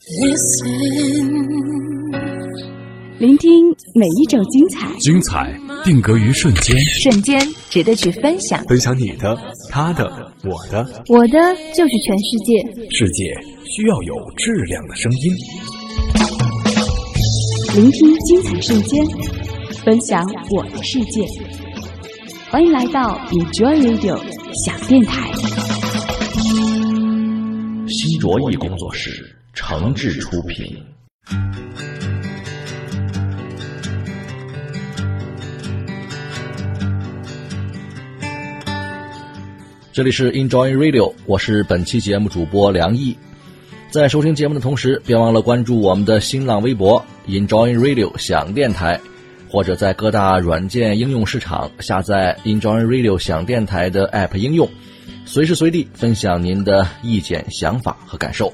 聆听每一种精彩， 精彩定格于瞬间， 瞬间值得去分享。 分享你的、他的、我的， 我的就是全世界。 世界需要有质量的声音。 聆听精彩瞬间，分享我的世界。欢迎来到 Enjoy Radio 小电台。 新卓艺工作室诚挚出品。这里是 Enjoy Radio， 我是本期节目主播梁毅。在收听节目的同时，别忘了关注我们的新浪微博 Enjoy Radio 响电台，或者在各大软件应用市场下载 Enjoy Radio 响电台的 App 应用，随时随地分享您的意见、想法和感受。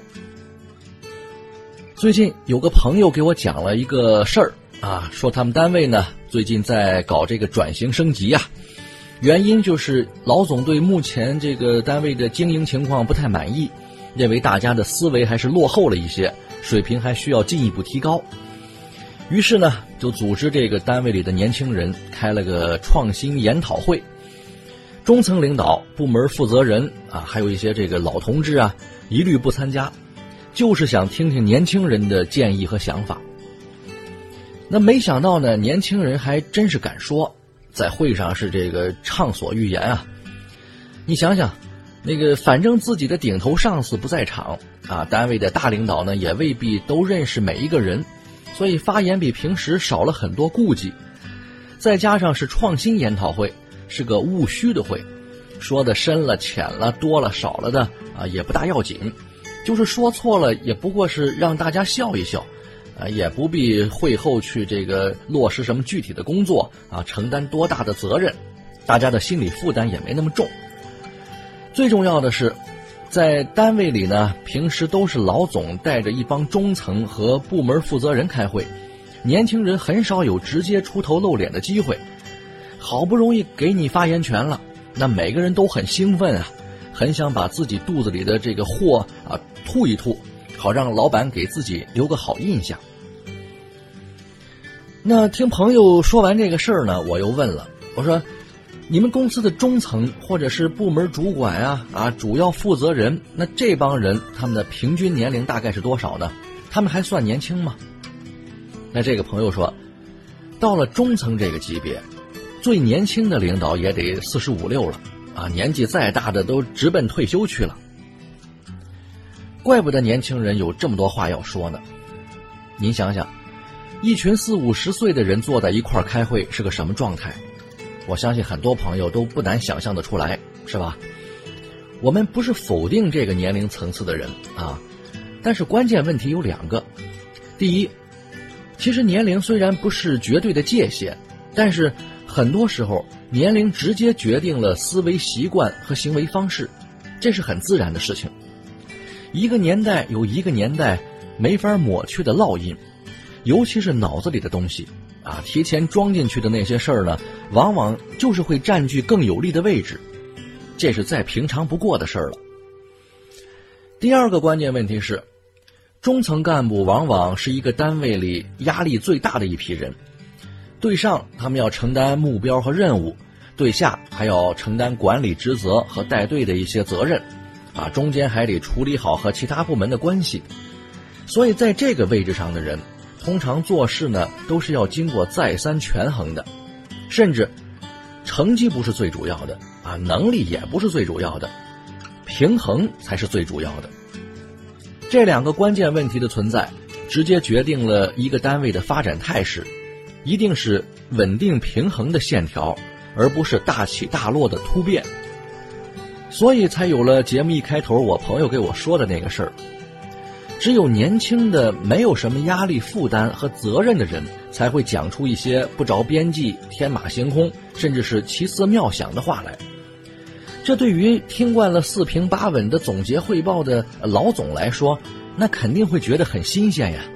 最近有个朋友给我讲了一个事儿啊，说他们单位呢最近在搞这个转型升级啊，原因就是老总对目前这个单位的经营情况不太满意，认为大家的思维还是落后了一些，水平还需要进一步提高。于是呢，就组织这个单位里的年轻人开了个创新研讨会。中层领导、部门负责人啊，还有一些这个老同志啊，一律不参加，就是想听听年轻人的建议和想法。那没想到呢，年轻人还真是敢说，在会上是这个畅所欲言啊。你想想，那个反正自己的顶头上司不在场啊，单位的大领导呢也未必都认识每一个人，所以发言比平时少了很多顾忌。再加上是创新研讨会，是个务虚的会，说的深了、浅了、多了、少了的啊也不大要紧，就是说错了也不过是让大家笑一笑。也不必会后去这个落实什么具体的工作啊，承担多大的责任，大家的心理负担也没那么重。最重要的是，在单位里呢，平时都是老总带着一帮中层和部门负责人开会，年轻人很少有直接出头露脸的机会。好不容易给你发言权了，那每个人都很兴奋啊，很想把自己肚子里的这个货啊吐一吐，好让老板给自己留个好印象。那听朋友说完这个事儿呢，我又问了，我说你们公司的中层或者是部门主管啊主要负责人，那这帮人他们的平均年龄大概是多少呢？他们还算年轻吗？那这个朋友说，到了中层这个级别，最年轻的领导也得45、6了啊，年纪再大的都直奔退休去了。怪不得年轻人有这么多话要说呢。您想想，一群40、50岁的人坐在一块儿开会是个什么状态？我相信很多朋友都不难想象得出来，是吧？我们不是否定这个年龄层次的人啊，但是关键问题有2个。第一，其实年龄虽然不是绝对的界限，但是很多时候年龄直接决定了思维习惯和行为方式，这是很自然的事情。一个年代有一个年代没法抹去的烙印，尤其是脑子里的东西啊，提前装进去的那些事儿呢，往往就是会占据更有利的位置，这是再平常不过的事儿了。第2个关键问题是，中层干部往往是一个单位里压力最大的一批人，对上他们要承担目标和任务，对下还要承担管理职责和带队的一些责任啊，中间还得处理好和其他部门的关系。所以在这个位置上的人，通常做事呢都是要经过再三权衡的，甚至成绩不是最主要的啊，能力也不是最主要的，平衡才是最主要的。这2个关键问题的存在，直接决定了一个单位的发展态势，一定是稳定平衡的线条，而不是大起大落的突变。所以才有了节目一开头我朋友给我说的那个事儿。只有年轻的没有什么压力负担和责任的人，才会讲出一些不着边际、天马行空，甚至是奇思妙想的话来。这对于听惯了4平8稳的总结汇报的老总来说，那肯定会觉得很新鲜呀。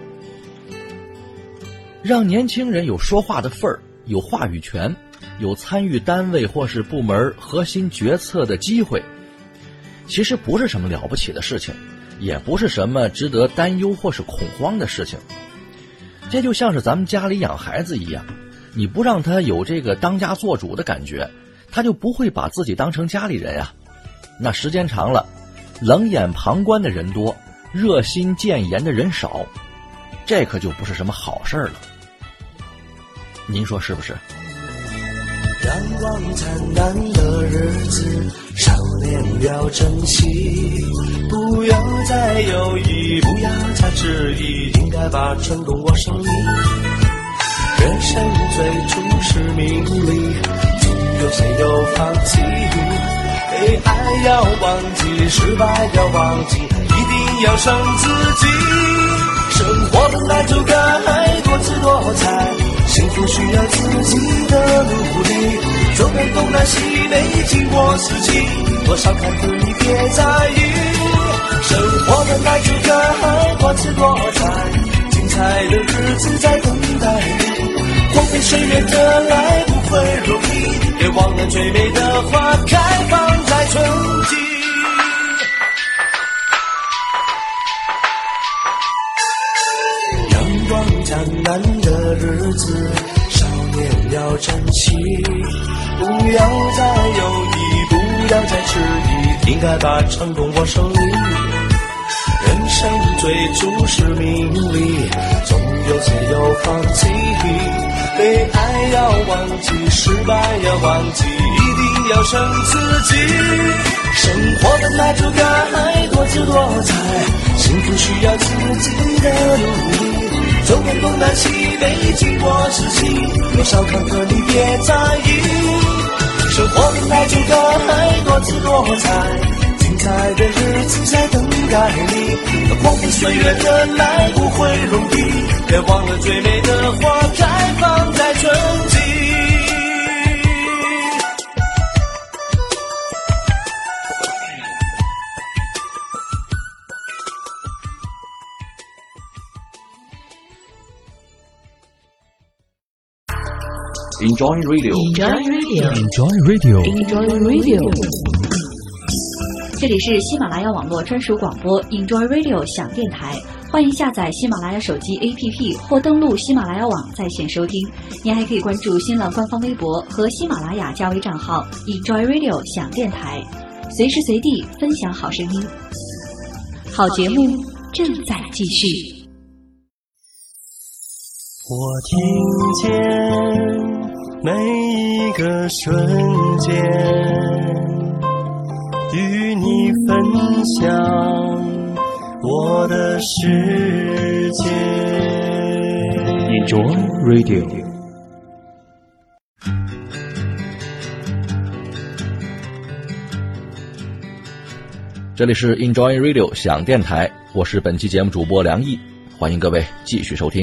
让年轻人有说话的份儿，有话语权，有参与单位或是部门核心决策的机会，其实不是什么了不起的事情， 也不是什么值得担忧或是恐慌的事情。这就像是咱们家里养孩子一样，你不让他有这个当家做主的感觉，他就不会把自己当成家里人啊。那时间长了，冷眼旁观的人多，热心谏言的人少，这可就不是什么好事了。您说是不是？ 阳光灿烂的日子，少年要珍惜，不要再犹豫，不要再迟疑，应该把冲动握手里。人生最初是名利，总有谁有放弃，被爱要忘记，失败要忘记，一定要胜自己。生活本来就该多姿多彩，幸福需要自己的努力，纵然东南西北经过四季，多少坎坷你别在意。生活本来就该多姿多彩，精彩的日子在等待你，荒废岁月的来不会容易，别忘了最美的花开放在春季。阳光灿烂的日子，少年要珍惜，不要再犹豫，不要再迟疑，应该把成功握手里。人生最初是名利，总有谁有放弃，被爱要忘记，失败要忘记，一定要胜自己。生活本来就该多姿多彩，幸福需要自己的努力，纵然东南西北经过四季，多少坎坷你别在意。生活本来就该多姿多彩，精彩的日子在等待你，荒废岁月的来不会容易，别忘了最美的花开放在春季。 Enjoy Radio. Enjoy Radio. Enjoy Radio. Enjoy Radio. 这里是喜马拉雅网络专属广播 Enjoy Radio 享电台，欢迎下载喜马拉雅手机 APP 或登录喜马拉雅网在线收听。您还可以关注新浪官方微博和喜马拉雅加微账号 Enjoy Radio 享电台，随时随地分享好声音。好节目正在继续。 我听见每一个瞬间，与你分享我的世界。 Enjoy Radio. 这里是 Enjoy Radio 享电台，我是本期节目主播梁毅，欢迎各位继续收听。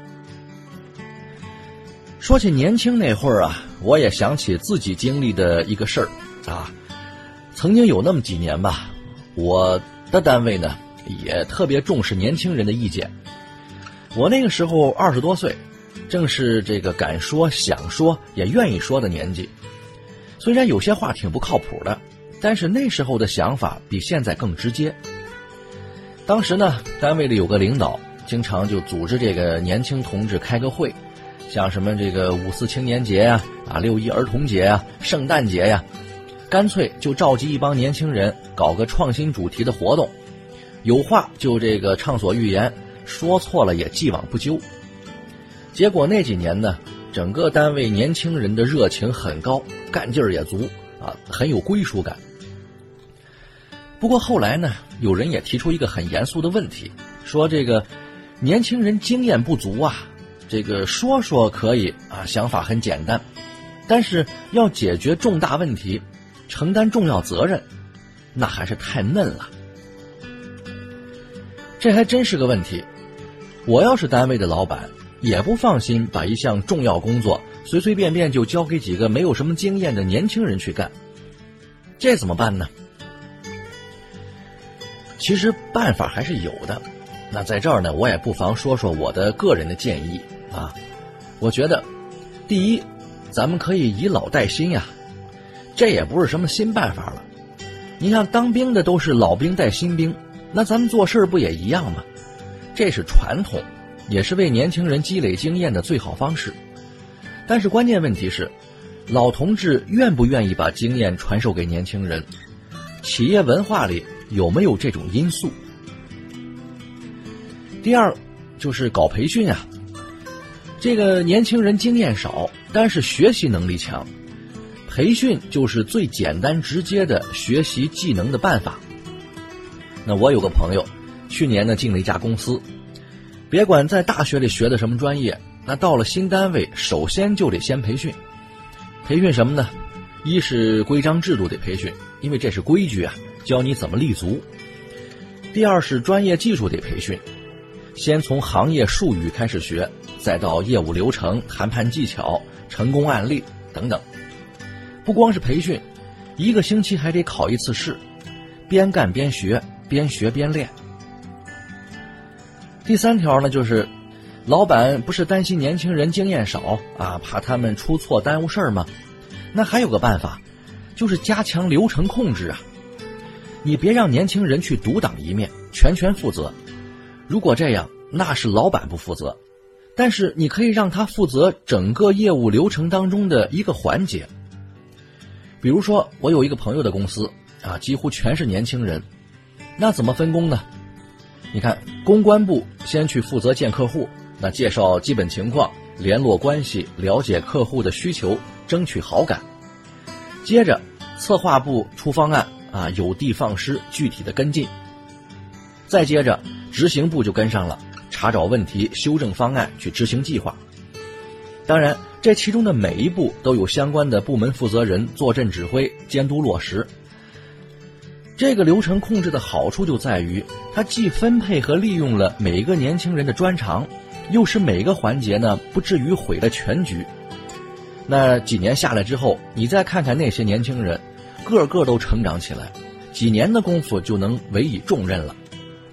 说起年轻那会儿啊，我也想起自己经历的一个事儿啊。曾经有那么几年吧，我的单位呢也特别重视年轻人的意见。我那个时候20多岁，正是这个敢说想说也愿意说的年纪。虽然有些话挺不靠谱的，但是那时候的想法比现在更直接。当时呢，单位里有个领导经常就组织这个年轻同志开个会，像什么这个5·4青年节呀、6·1儿童节呀、圣诞节呀，干脆就召集一帮年轻人搞个创新主题的活动，有话就这个畅所欲言，说错了也既往不咎。结果那几年呢，整个单位年轻人的热情很高，干劲儿也足啊，很有归属感。不过后来呢，有人也提出一个很严肃的问题，说这个年轻人经验不足啊，这个说说可以啊，想法很简单，但是要解决重大问题，承担重要责任，那还是太嫩了。这还真是个问题。我要是单位的老板，也不放心把一项重要工作随随便便就交给几个没有什么经验的年轻人去干，这怎么办呢？其实办法还是有的。那在这儿呢，我也不妨说说我的个人的建议啊。我觉得第一，咱们可以以老带新呀，这也不是什么新办法了。你像当兵的都是老兵带新兵， 那咱们做事不也一样吗？这是传统，也是为年轻人积累经验的最好方式。但是关键问题是，老同志愿不愿意把经验传授给年轻人？企业文化里有没有这种因素？第二就是搞培训啊。这个年轻人经验少，但是学习能力强，培训就是最简单直接的学习技能的办法。那我有个朋友，去年呢进了一家公司，别管在大学里学的什么专业，那到了新单位首先就得先培训。培训什么呢？一是规章制度得培训，因为这是规矩啊，教你怎么立足。第二是专业技术得培训，先从行业术语开始学，再到业务流程、谈判技巧、成功案例等等。不光是培训，1个星期还得考1次试，边干边学，边学边练。第3条呢，就是老板不是担心年轻人经验少啊，怕他们出错耽误事儿吗？那还有个办法，就是加强流程控制啊。你别让年轻人去独当一面，全权负责。如果这样，那是老板不负责。但是你可以让他负责整个业务流程当中的一个环节。比如说，我有一个朋友的公司啊，几乎全是年轻人。那怎么分工呢？你看，公关部先去负责见客户，那介绍基本情况，联络关系，了解客户的需求，争取好感。接着策划部出方案啊，有的放矢，具体的跟进。再接着执行部就跟上了，查找问题，修正方案，去执行计划。当然这其中的每一步都有相关的部门负责人坐镇指挥，监督落实。这个流程控制的好处就在于，它既分配和利用了每一个年轻人的专长，又使每个环节呢不至于毁了全局。那几年下来之后，你再看看那些年轻人，个个都成长起来，几年的功夫就能委以重任了。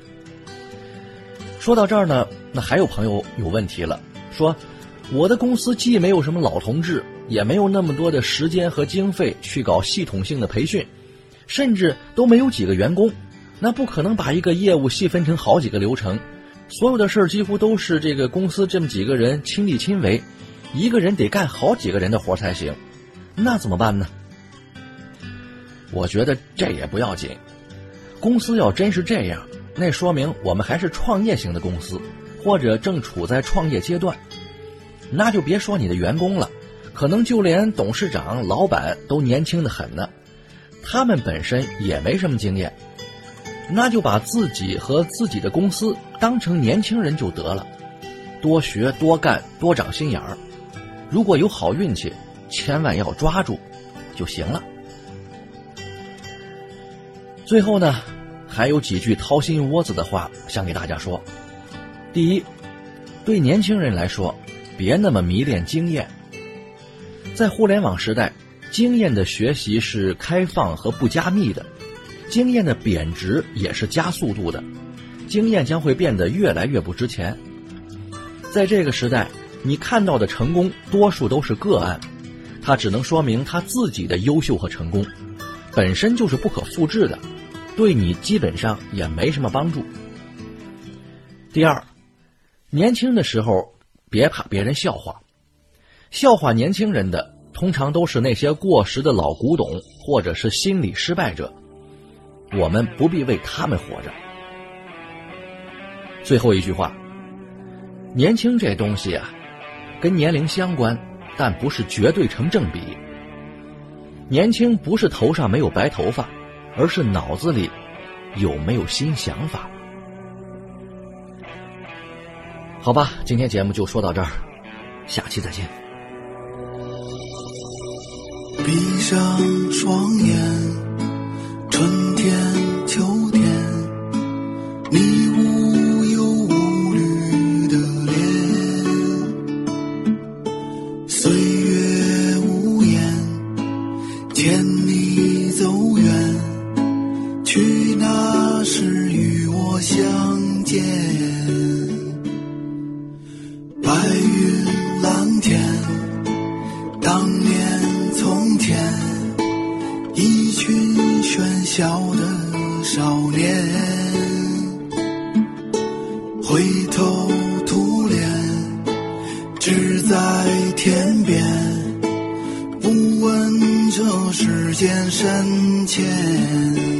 说到这儿呢，那还有朋友有问题了，说我的公司既没有什么老同志，也没有那么多的时间和经费去搞系统性的培训，甚至都没有几个员工，那不可能把一个业务细分成好几个流程，所有的事儿几乎都是这个公司这么几个人亲力亲为，一个人得干好几个人的活才行，那怎么办呢？我觉得这也不要紧，公司要真是这样，那说明我们还是创业型的公司，或者正处在创业阶段。那就别说你的员工了，可能就连董事长、老板都年轻得很呢，他们本身也没什么经验，那就把自己和自己的公司当成年轻人就得了，多学多干多长心眼儿，如果有好运气，千万要抓住就行了。最后呢，还有几句掏心窝子的话想给大家说。第一，对年轻人来说，别那么迷恋经验。在互联网时代，经验的学习是开放和不加密的，经验的贬值也是加速度的，经验将会变得越来越不值钱。在这个时代，你看到的成功多数都是个案，它只能说明他自己的优秀和成功，本身就是不可复制的，对你基本上也没什么帮助。第二，年轻的时候别怕别人笑话，笑话年轻人的通常都是那些过时的老古董，或者是心理失败者，我们不必为他们活着。最后一句话，年轻这东西啊，跟年龄相关，但不是绝对成正比。年轻不是头上没有白头发，而是脑子里有没有新想法。好吧，今天节目就说到这儿，下期再见。 闭上双眼，春天秋天，你无忧无虑的脸，岁月无言，牵你走远，去那时与我相见。白云蓝天，当年从前，一群喧嚣的见深浅。